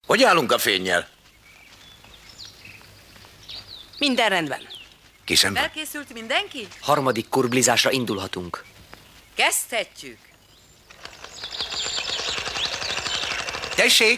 Hogy állunk a fénnyel? Minden rendben. Készen van? Felkészült mindenki? Harmadik kurblizásra indulhatunk. Kezdhetjük. Tessék!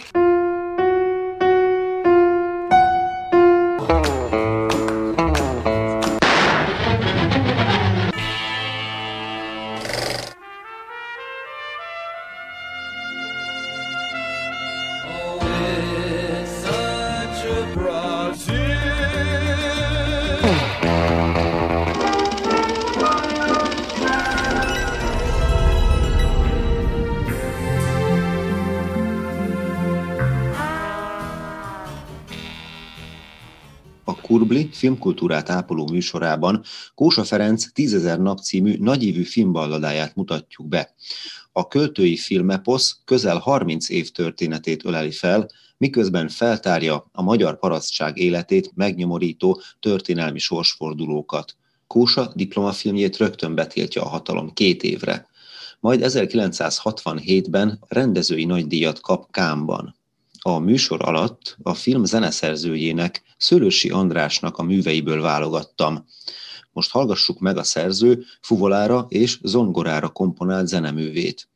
A Kurbli filmkultúrát ápoló műsorában Kósa Ferenc 10 000 nap című nagyívű filmballadáját mutatjuk be. A költői filmeposz közel 30 év történetét öleli fel, miközben feltárja a magyar parasztság életét megnyomorító történelmi sorsfordulókat. Kósa diplomafilmjét rögtön betiltja a hatalom 2 évre. Majd 1967-ben rendezői nagydíjat kap Cannes-ban. A műsor alatt a film zeneszerzőjének, Szőlőssy Andrásnak a műveiből válogattam. Most hallgassuk meg a szerző fuvolára és zongorára komponált zeneművét.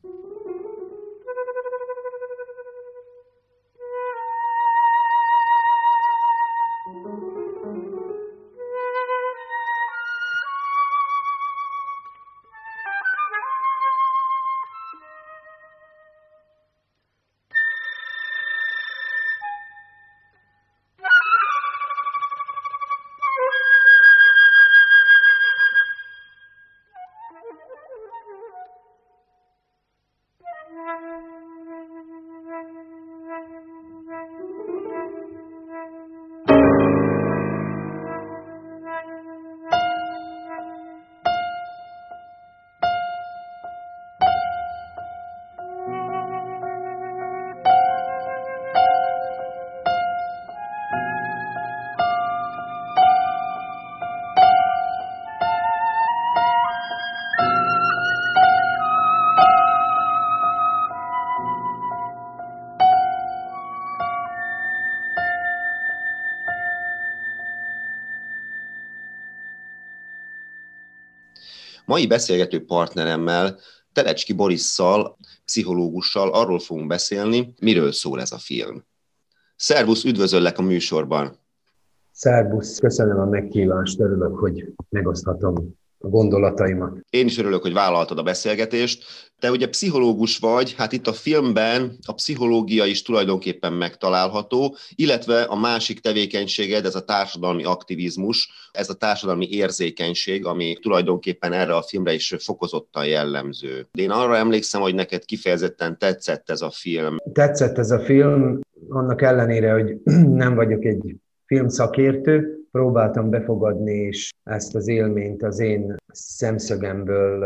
Mai beszélgető partneremmel, Telecski Borisszal, pszichológussal arról fogunk beszélni, miről szól ez a film. Szervusz, üdvözöllek a műsorban! Szervusz, köszönöm a meghívást, örülök, hogy megoszthatom a gondolataimat. Én is örülök, hogy vállaltad a beszélgetést. Te ugye pszichológus vagy, hát itt a filmben a pszichológia is tulajdonképpen megtalálható, illetve a másik tevékenységed, ez a társadalmi aktivizmus, ez a társadalmi érzékenység, ami tulajdonképpen erre a filmre is fokozottan jellemző. De én arra emlékszem, hogy neked kifejezetten tetszett ez a film. Tetszett ez a film, annak ellenére, hogy nem vagyok egy filmszakértő, próbáltam befogadni, és ezt az élményt az én szemszögemből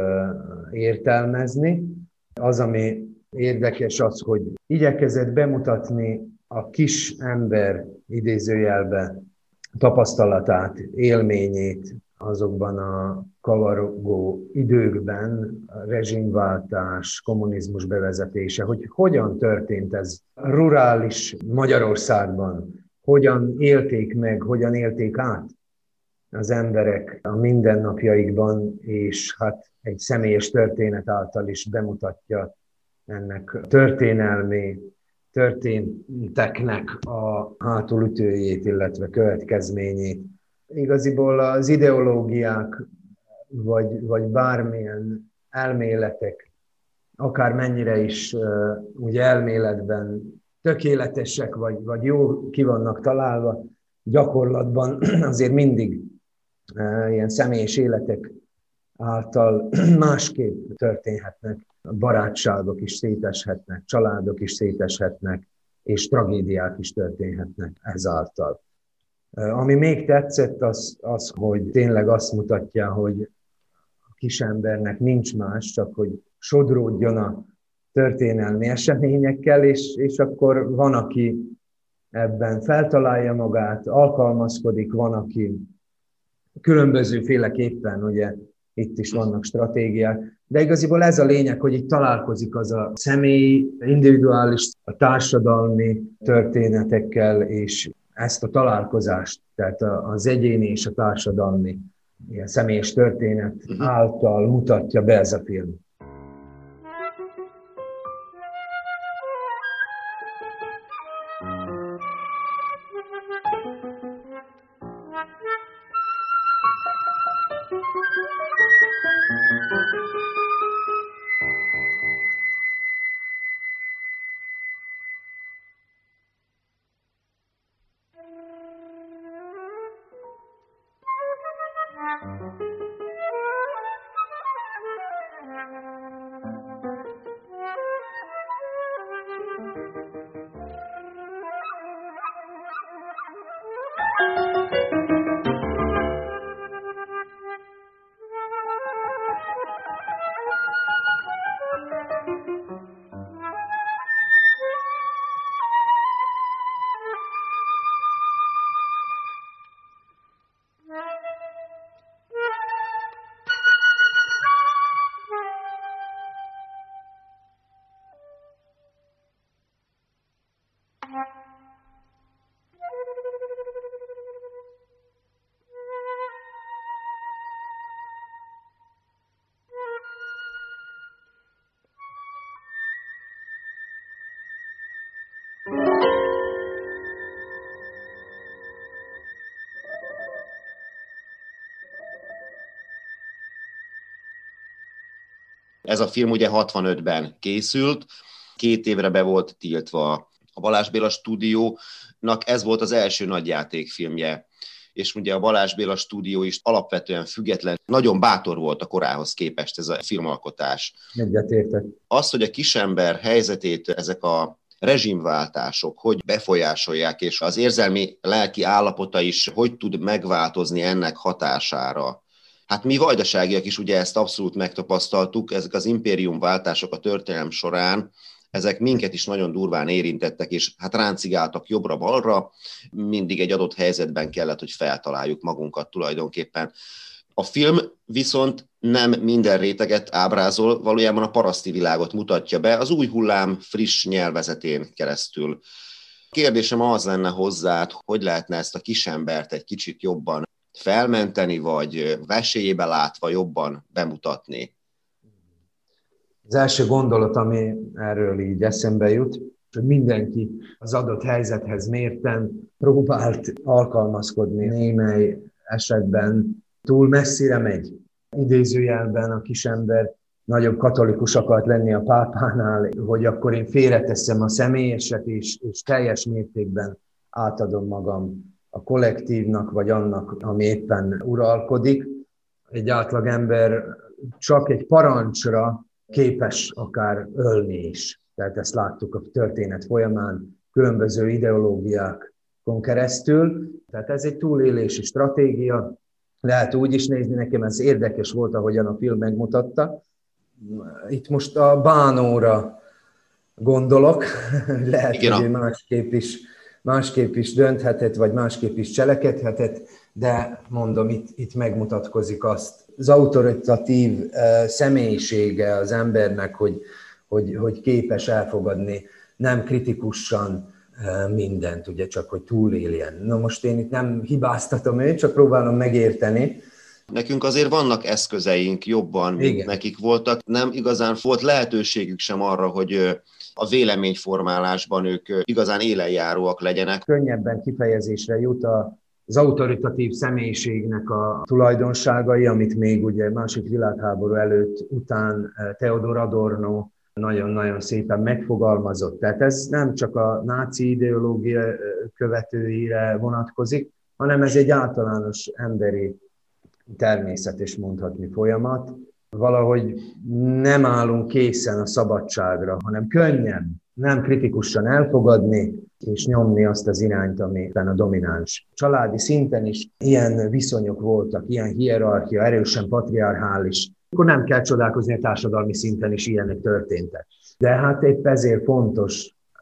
értelmezni. Az, ami érdekes, az, hogy igyekezett bemutatni a kis ember idézőjelbe tapasztalatát, élményét azokban a kavargó időkben, a rezsimváltás, kommunizmus bevezetése, hogy hogyan történt ez rurális Magyarországban, hogyan élték meg, hogyan élték át az emberek a mindennapjaikban, és hát egy személyes történet által is bemutatja ennek történelmi történteknek a hátulütőjét, illetve következményét. Igaziból az ideológiák, vagy bármilyen elméletek, akármennyire is ugye elméletben tökéletesek, vagy jó ki vannak találva, gyakorlatban azért mindig ilyen személyes életek által másképp történhetnek. Barátságok is széteshetnek, családok is széteshetnek, és tragédiák is történhetnek ezáltal. Ami még tetszett, az, hogy tényleg azt mutatja, hogy a kisembernek nincs más, csak hogy sodródjon a történelmi eseményekkel, és akkor van, aki ebben feltalálja magát, alkalmazkodik, van, aki különbözőféleképpen ugye itt is vannak stratégiák. De igaziból ez a lényeg, hogy itt találkozik az a személyi, individuális, a társadalmi történetekkel, és ezt a találkozást, tehát az egyéni és a társadalmi ilyen személyes történet által mutatja be ez a film. Ez a film ugye 65-ben készült, 2 évre be volt tiltva a Balázs Béla stúdiónak, ez volt az első nagyjátékfilmje. És ugye a Balázs Béla stúdió is alapvetően független, nagyon bátor volt a korához képest ez a filmalkotás. Egyetértek. Az, hogy a kisember helyzetét ezek a rezsimváltások hogy befolyásolják, és az érzelmi lelki állapota is hogy tud megváltozni ennek hatására. Hát mi vajdaságiak is ugye ezt abszolút megtapasztaltuk, ezek az impériumváltások a történelem során, ezek minket is nagyon durván érintettek, és hát ráncigáltak jobbra-balra, mindig egy adott helyzetben kellett, hogy feltaláljuk magunkat tulajdonképpen. A film viszont nem minden réteget ábrázol, valójában a paraszti világot mutatja be az új hullám friss nyelvezetén keresztül. Kérdésem az lenne hozzád, hogy lehetne ezt a kisembert egy kicsit jobban felmenteni, vagy vesélyébe látva jobban bemutatni? Az első gondolat, ami erről így eszembe jut, hogy mindenki az adott helyzethez mérten próbált alkalmazkodni. Némely esetben túl messzire megy. Idézőjelben a kisember nagyobb katolikus akart lenni a pápánál, hogy akkor én félreteszem a személyeset, és teljes mértékben átadom magam a kollektívnak, vagy annak, ami éppen uralkodik. Egy átlagember csak egy parancsra képes akár ölni is. Tehát ezt láttuk a történet folyamán, különböző ideológiákon keresztül. Tehát ez egy túlélési stratégia. Lehet úgy is nézni, nekem ez érdekes volt, ahogyan a film megmutatta. Itt most a bánóra gondolok, lehet, igen, hogy másképp is dönthetett, vagy másképp is cselekedhetett, de mondom, itt megmutatkozik az autoritatív személyisége az embernek, hogy képes elfogadni nem kritikusan mindent, ugye csak, hogy túléljen. Na most én itt nem hibáztatom őt, csak próbálom megérteni. Nekünk azért vannak eszközeink jobban, mint igen, nekik voltak. Nem igazán volt lehetőségük sem arra, hogy a véleményformálásban ők igazán élenjáróak legyenek. Könnyebben kifejezésre jut az autoritatív személyiségnek a tulajdonságai, amit még ugye második világháború előtt, után Theodor Adorno nagyon-nagyon szépen megfogalmazott. Tehát ez nem csak a náci ideológia követőire vonatkozik, hanem ez egy általános emberi természet is mondhatni folyamat. Valahogy nem állunk készen a szabadságra, hanem könnyen, nem kritikusan elfogadni, és nyomni azt az irányt, amiben a domináns. Családi szinten is ilyen viszonyok voltak, ilyen hierarchia, erősen patriarchális. Akkor nem kell csodálkozni, a társadalmi szinten is ilyenek történtek. De hát épp ezért fontos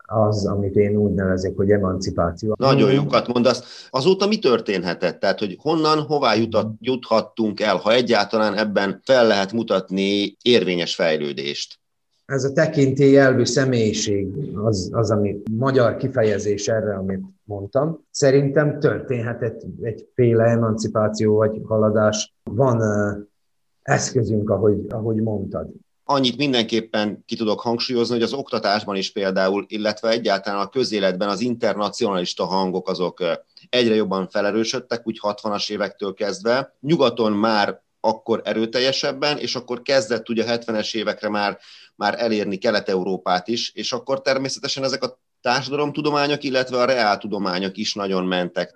az, amit én úgy nevezek, hogy emancipáció. Nagyon jókat mondasz. Azóta mi történhetett? Tehát, hogy honnan, hová juthattunk el, ha egyáltalán ebben fel lehet mutatni érvényes fejlődést? Ez a tekintélyelvű személyiség az, ami magyar kifejezés erre, amit mondtam. Szerintem történhetett egyféle emancipáció vagy haladás. Van eszközünk, ahogy mondtad. Annyit mindenképpen ki tudok hangsúlyozni, hogy az oktatásban is például, illetve egyáltalán a közéletben az internacionalista hangok azok egyre jobban felerősödtek, úgy 60-as évektől kezdve. Nyugaton már akkor erőteljesebben, és akkor kezdett ugye a 70-es évekre már elérni Kelet-Európát is, és akkor természetesen ezek a társadalomtudományok, illetve a reáltudományok is nagyon mentek.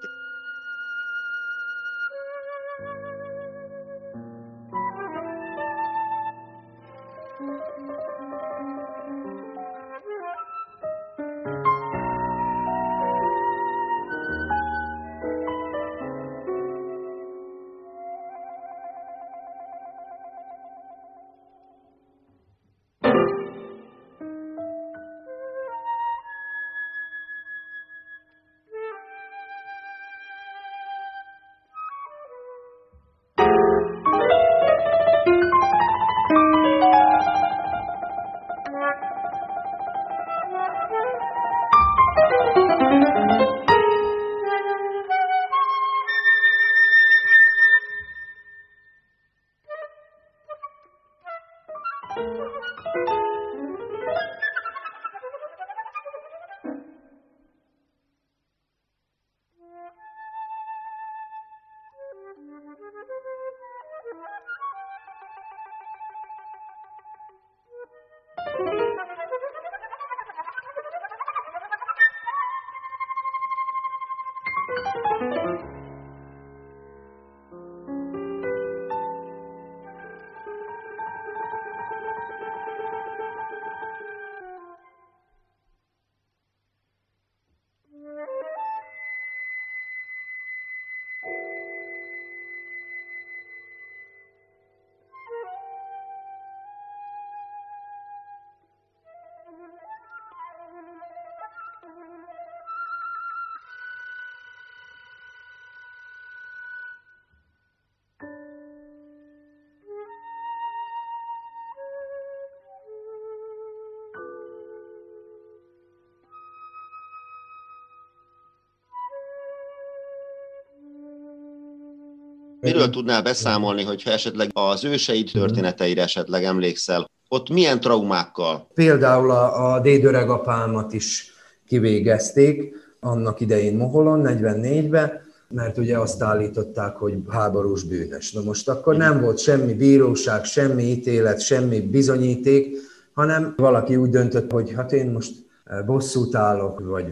Miről tudnál beszámolni, hogyha esetleg az őseid történeteire esetleg emlékszel? Ott milyen traumákkal? Például a dédöregapámat is kivégezték annak idején Moholon, 44-ben, mert ugye azt állították, hogy háborús bűnös. Na most akkor nem volt semmi bíróság, semmi ítélet, semmi bizonyíték, hanem valaki úgy döntött, hogy hát én most bosszút állok, vagy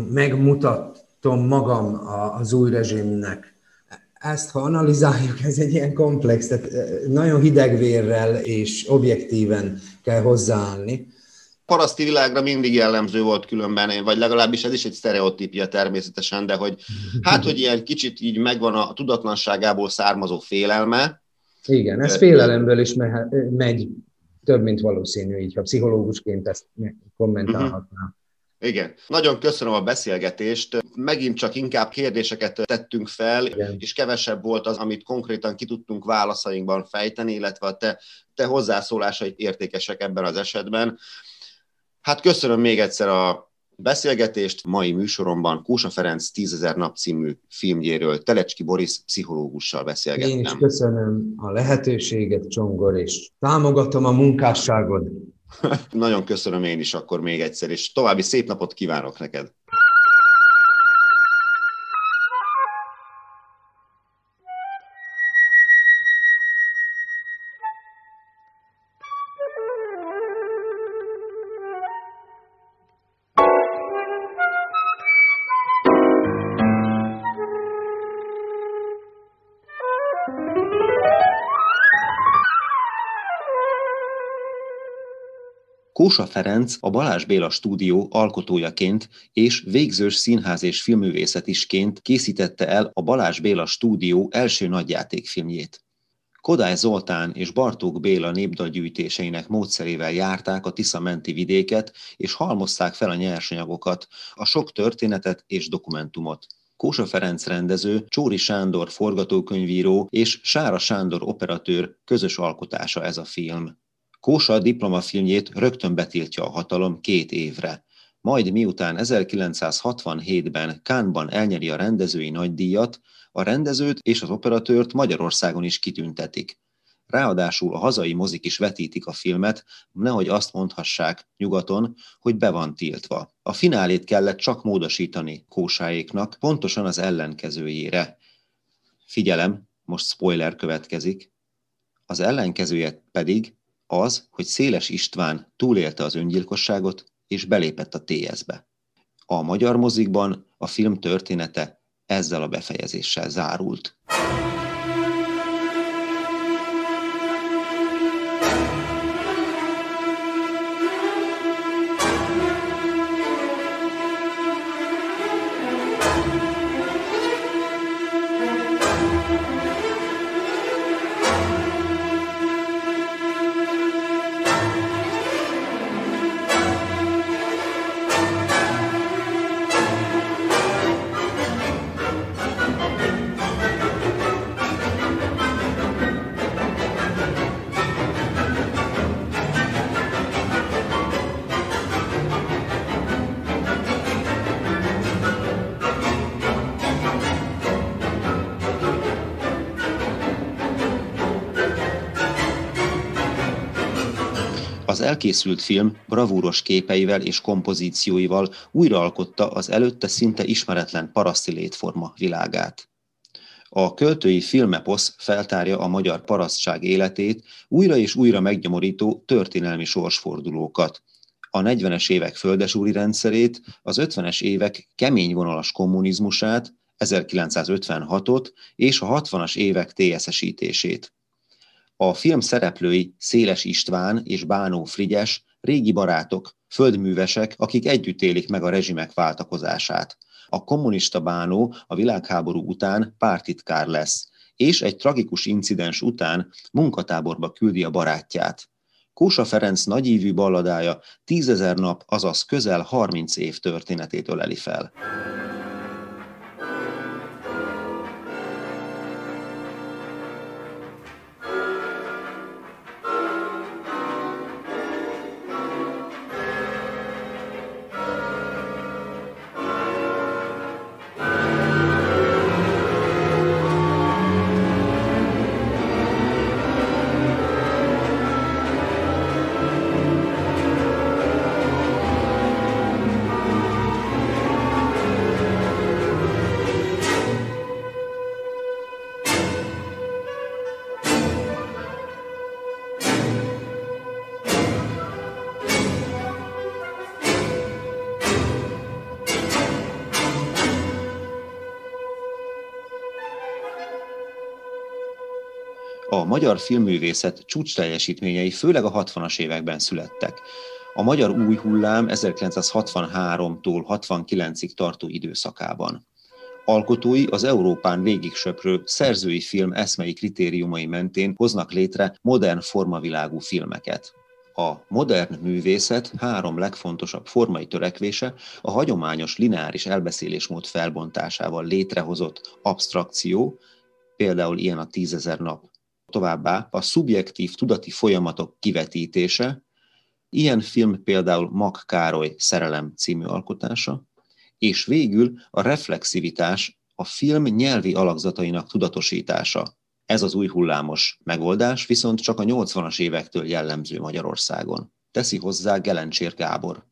megmutatom magam az új rezsimnek. Ezt, ha analizáljuk, ez egy ilyen komplex, tehát nagyon hidegvérrel és objektíven kell hozzáállni. Paraszti világra mindig jellemző volt különben, vagy legalábbis ez is egy sztereotípia természetesen, de hogy hát, hogy ilyen kicsit így megvan a tudatlanságából származó félelme. Igen, ez félelemből is megy, több, mint valószínű, így ha pszichológusként ezt kommentálhatnám. Igen. Nagyon köszönöm a beszélgetést. Megint csak inkább kérdéseket tettünk fel, igen, és kevesebb volt az, amit konkrétan ki tudtunk válaszainkban fejteni, illetve a te hozzászólásaid értékesek ebben az esetben. Hát köszönöm még egyszer a beszélgetést. Mai műsoromban Kósa Ferenc 10 000 nap című filmjéről Telecski Boris pszichológussal beszélgettem. Én is köszönöm a lehetőséget, Csongor, és támogatom a munkásságod. Nagyon köszönöm én is akkor még egyszer, és további szép napot kívánok neked! Kósa Ferenc a Balázs Béla Stúdió alkotójaként és végzős színház és filmművészetisként készítette el a Balázs Béla Stúdió első nagyjátékfilmjét. Kodály Zoltán és Bartók Béla népdalgyűjtéseinek módszerével járták a Tisza menti vidéket, és halmozták fel a nyersanyagokat, a sok történetet és dokumentumot. Kósa Ferenc rendező, Csóri Sándor forgatókönyvíró és Sára Sándor operatőr közös alkotása ez a film. Kósa diplomafilmjét rögtön betiltja a hatalom 2 évre. Majd miután 1967-ben Cannes-ban elnyeri a rendezői nagydíjat, a rendezőt és az operatőrt Magyarországon is kitüntetik. Ráadásul a hazai mozik is vetítik a filmet, nehogy azt mondhassák nyugaton, hogy be van tiltva. A finálét kellett csak módosítani Kósáéknak, pontosan az ellenkezőjére. Figyelem, most spoiler következik. Az ellenkezője pedig az, hogy Széles István túlélte az öngyilkosságot, és belépett a TS-be. A magyar mozikban a film története ezzel a befejezéssel zárult. Az elkészült film bravúros képeivel és kompozícióival újraalkotta az előtte szinte ismeretlen paraszti létforma világát. A költői filmeposz feltárja a magyar parasztság életét, újra és újra megnyomorító történelmi sorsfordulókat. A 40-es évek földesúri rendszerét, az 50-es évek kemény vonalas kommunizmusát, 1956-ot és a 60-as évek TSZ-esítését. A film szereplői Széles István és Bánó Frigyes régi barátok, földművesek, akik együtt élik meg a rezsimek váltakozását. A kommunista Bánó a világháború után pártitkár lesz, és egy tragikus incidens után munkatáborba küldi a barátját. Kósa Ferenc nagyívű balladája 10 000 nap, azaz közel 30 év történetét öleli fel. A magyar filmművészet csúcsteljesítményei főleg a 60-as években születtek. A magyar új hullám 1963-tól 69-ig tartó időszakában. Alkotói az Európán végigsöprő szerzői film eszmei kritériumai mentén hoznak létre modern formavilágú filmeket. A modern művészet 3 legfontosabb formai törekvése a hagyományos lineáris elbeszélésmód felbontásával létrehozott absztrakció, például ilyen a 10 000 nap. Továbbá a szubjektív tudati folyamatok kivetítése, ilyen film például Mak Károly Szerelem című alkotása, és végül a reflexivitás, a film nyelvi alakzatainak tudatosítása. Ez az új hullámos megoldás viszont csak a 80-as évektől jellemző Magyarországon. Teszi hozzá Gelencsér Gábor.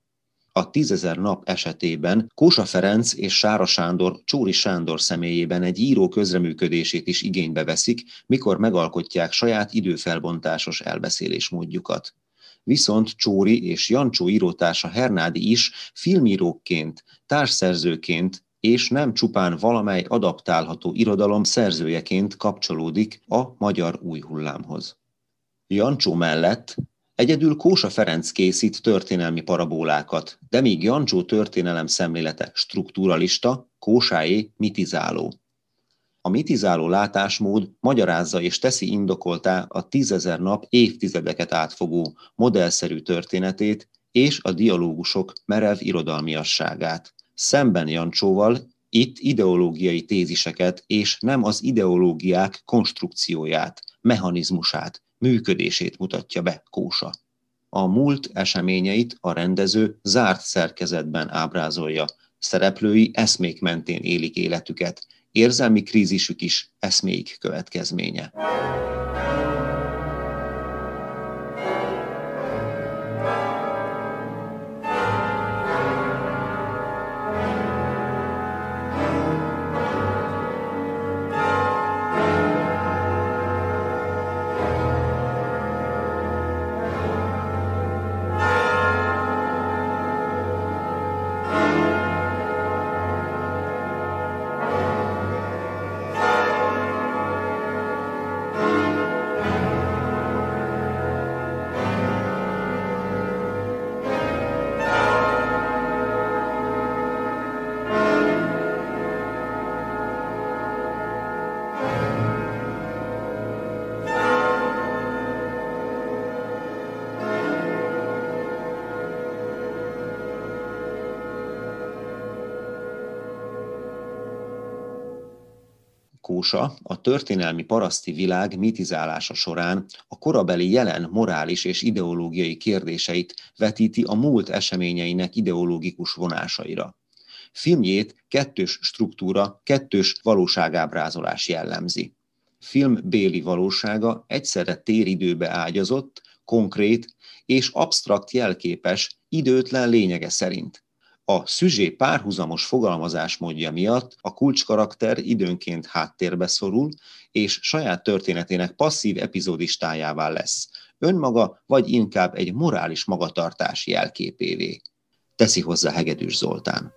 A 10 000 nap esetében Kósa Ferenc és Sára Sándor Csóri Sándor személyében egy író közreműködését is igénybe veszik, mikor megalkotják saját időfelbontásos elbeszélésmódjukat. Viszont Csóri és Jancsó írótársa Hernádi is filmíróként, társszerzőként és nem csupán valamely adaptálható irodalom szerzőjeként kapcsolódik a magyar új hullámhoz. Jancsó mellett egyedül Kósa Ferenc készít történelmi parabólákat, de míg Jancsó történelem szemlélete strukturalista, Kósáé mitizáló. A mitizáló látásmód magyarázza és teszi indokoltá a 10 000 nap évtizedeket átfogó, modellszerű történetét és a dialógusok merev irodalmiasságát. Szemben Jancsóval itt ideológiai téziseket és nem az ideológiák konstrukcióját, mechanizmusát, működését mutatja be Kósa. A múlt eseményeit a rendező zárt szerkezetben ábrázolja, szereplői eszmék mentén élik életüket, érzelmi krízisük is eszméik következménye. Kósa a történelmi paraszti világ mitizálása során a korabeli jelen morális és ideológiai kérdéseit vetíti a múlt eseményeinek ideológikus vonásaira. Filmjét kettős struktúra, kettős valóságábrázolás jellemzi. Filmbéli valósága egyszerre téridőbe ágyazott, konkrét és absztrakt jelképes, időtlen lényege szerint. A szüzsé párhuzamos fogalmazásmódja miatt a kulcskarakter időnként háttérbe szorul, és saját történetének passzív epizódistájává lesz, önmaga vagy inkább egy morális magatartás jelképévé. Teszi hozzá Hegedűs Zoltán.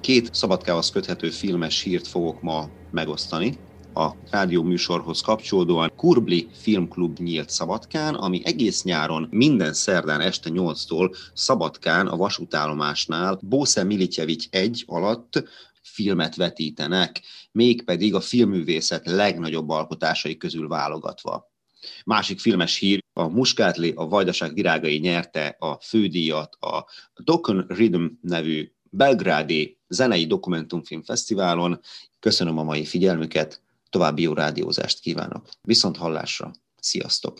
Két Szabadkához köthető filmes hírt fogok ma megosztani. A rádió műsorhoz kapcsolódóan Kurbli Filmklub nyílt Szabadkán, ami egész nyáron minden szerdán este 8-tól Szabadkán a vasútállomásnál Bósze Militjevics 1 alatt filmet vetítenek, mégpedig a filmművészet legnagyobb alkotásai közül válogatva. Másik filmes hír, a Muskátli, a Vajdaság virágai nyerte a fődíjat a Dokon Rhythm nevű belgrádi zenei dokumentumfilm fesztiválon. Köszönöm a mai figyelmüket, további jó rádiózást kívánok. Viszont hallásra, sziasztok!